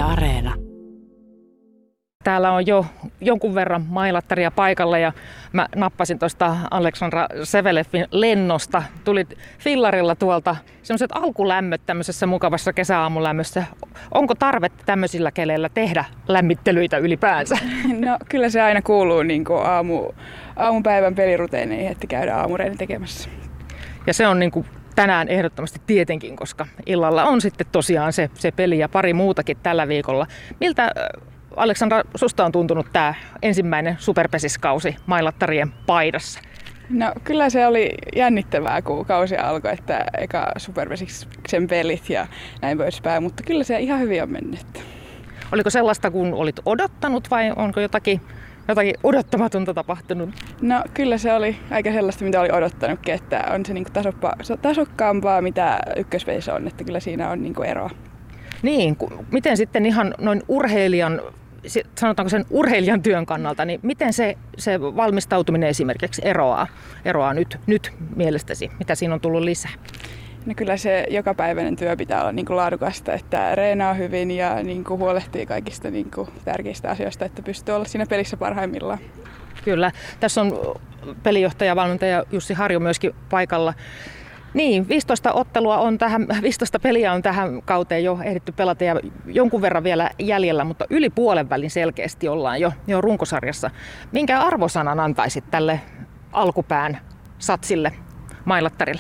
Areena. Täällä on jo jonkun verran mailattaria paikalla ja mä nappasin tuosta Aleksandra Seveleffin lennosta. Tulit fillarilla tuolta, sellaiset alkulämmöt tämmöisessä mukavassa kesäaamulämmössä. Onko tarvetta tämmöisillä keleillä tehdä lämmittelyitä ylipäänsä? No kyllä se aina kuuluu niin kuin aamupäivän peliruteineihin, että käydään aamureeni tekemässä. Ja se on niin kuin tänään ehdottomasti tietenkin, koska illalla on sitten tosiaan se peli ja pari muutakin tällä viikolla. Miltä Aleksandra, susta on tuntunut tämä ensimmäinen superpesiskausi mailattarien paidassa? No kyllä se oli jännittävää, kun kausi alkoi, että eka superpesiksen pelit ja näin poispäin, mutta kyllä se ihan hyvin on mennyt. Oliko sellaista, kun olit odottanut vai onko jotakin odottamatonta tapahtunut? No kyllä se oli aika sellaista, mitä oli odottanutkin, että on se niinku tasokkaampaa, mitä ykköspelissä on, että kyllä siinä on niinku eroa. Niin, miten sitten ihan noin urheilijan, sanotaanko sen urheilijan työn kannalta, niin miten se valmistautuminen esimerkiksi eroaa nyt mielestäsi? Mitä siinä on tullut lisää? No kyllä se jokapäiväinen työ pitää olla niin kuin laadukasta, että reenaa hyvin ja niin kuin huolehtii kaikista niin kuin tärkeistä asioista, että pystyy olla siinä pelissä parhaimmillaan. Kyllä. Tässä on pelijohtaja ja valmentaja Jussi Harju myöskin paikalla. Niin, 15 peliä on tähän kauteen jo ehditty pelata ja jonkun verran vielä jäljellä, mutta yli puolen välin selkeästi ollaan jo runkosarjassa. Minkä arvosanan antaisit tälle alkupään satsille, mailattarille?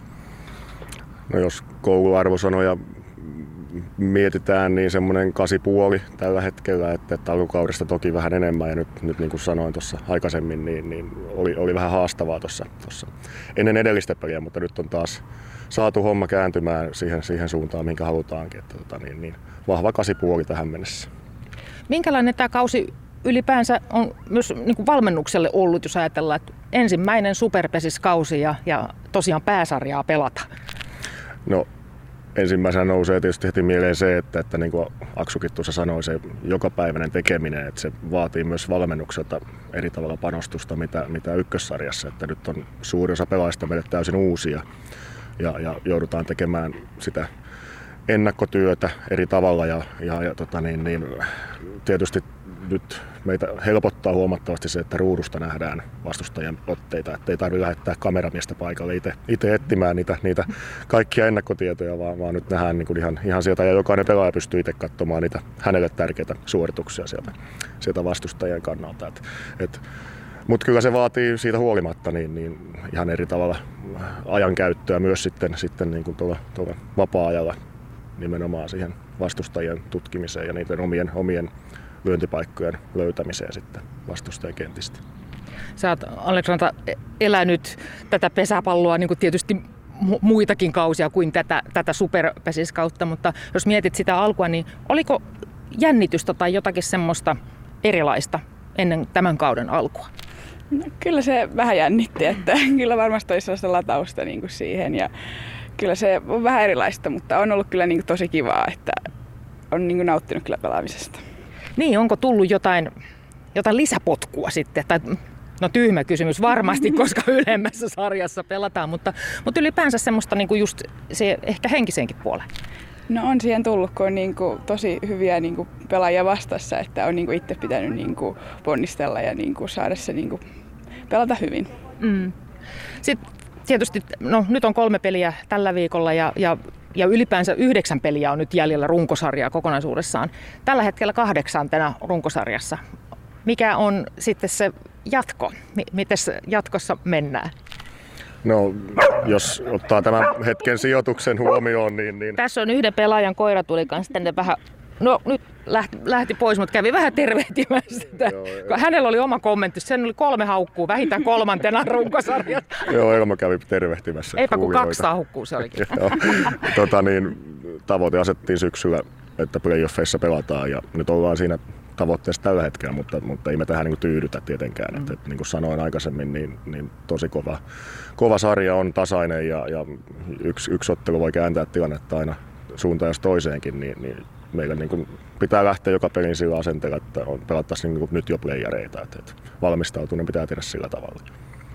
No jos kouluarvosanoja mietitään, niin semmoinen 8,5 tällä hetkellä, että alkukaudesta toki vähän enemmän ja nyt niin kuin sanoin tuossa aikaisemmin, niin oli vähän haastavaa tuossa ennen edellistä peliä, mutta nyt on taas saatu homma kääntymään siihen suuntaan, minkä halutaankin, että vahva 8,5 tähän mennessä. Minkälainen tämä kausi ylipäänsä on myös niin kuin valmennukselle ollut, jos ajatellaan, että ensimmäinen superpesiskausi ja tosiaan pääsarjaa pelata? No ensimmäisenä nousee tietysti heti mieleen se, että niin kuin Aksukin tuossa sanoi, se jokapäiväinen tekeminen, että se vaatii myös valmennukselta eri tavalla panostusta, mitä ykkössarjassa. Että nyt on suuri osa pelaajista meille täysin uusia ja joudutaan tekemään sitä ennakkotyötä eri tavalla ja tietysti nyt meitä helpottaa huomattavasti se, että ruudusta nähdään vastustajien otteita, ettei tarvitse lähettää kameramiestä paikalle itse etsimään niitä kaikkia ennakkotietoja, vaan nyt nähdään niin kuin ihan sieltä ja jokainen pelaaja pystyy itse katsomaan niitä hänelle tärkeitä suorituksia sieltä vastustajien kannalta. Mutta kyllä se vaatii siitä huolimatta niin ihan eri tavalla ajankäyttöä myös sitten niin kuin tuolla vapaa-ajalla nimenomaan siihen vastustajien tutkimiseen ja niiden omien lyöntipaikkojen löytämiseen sitten vastustajakentistä. Sä oot, Aleksandra, elänyt tätä pesäpalloa niin kuin tietysti muitakin kausia kuin tätä superpesiskautta, mutta jos mietit sitä alkua, niin oliko jännitystä tai jotakin semmoista erilaista ennen tämän kauden alkua? No, kyllä se vähän jännitti, että kyllä varmasti olisi sellaista latausta niin kuin siihen ja kyllä se on vähän erilaista, mutta on ollut kyllä niin kuin tosi kivaa, että on niin kuin nauttinut kyllä pelaamisesta. Niin, onko tullut jotain lisäpotkua sitten? Tai, no tyhmä kysymys varmasti, koska ylemmässä sarjassa pelataan, mutta ylipäänsä semmoista niin kuin just se ehkä henkiseenkin puoleen. No on siihen tullut, kun on niin kuin tosi hyviä niin kuin pelaajia vastassa, että on niin kuin itse pitänyt niin kuin ponnistella ja niin kuin saada se niin kuin pelata hyvin. Mm. Sitten tietysti, no nyt on 3 peliä tällä viikolla ja ylipäänsä 9 peliä on nyt jäljellä runkosarjaa kokonaisuudessaan. Tällä hetkellä 8. runkosarjassa. Mikä on sitten se jatko? Miten jatkossa mennään? No, jos ottaa tämän hetken sijoituksen huomioon, niin... Tässä on yhden pelaajan koira tuli kanssa tänne vähän... No nyt lähti pois, mutta kävi vähän tervehtimässä. Hänellä oli oma kommentti. Sen oli 3 haukkuu, vähintään 3. runkosarjassa. Joo, Elma kävi tervehtimässä. Eipä kun 2 haukkuu se olikin. Tavoite asettiin syksyllä, että playoffeissa pelataan ja nyt ollaan siinä tavoitteessa tällä hetkellä, mutta ei me tähän niin tyydytä tietenkään. Että niin kuin sanoin aikaisemmin, niin tosi kova sarja on tasainen ja yksi ottelu voi kääntää tilannetta aina suuntaan jos toiseenkin, niin meillä niin kuin pitää lähteä joka pelin sillä asenteella, että pelattaisiin niin nyt jo playereita, että valmistautuminen pitää tehdä sillä tavalla.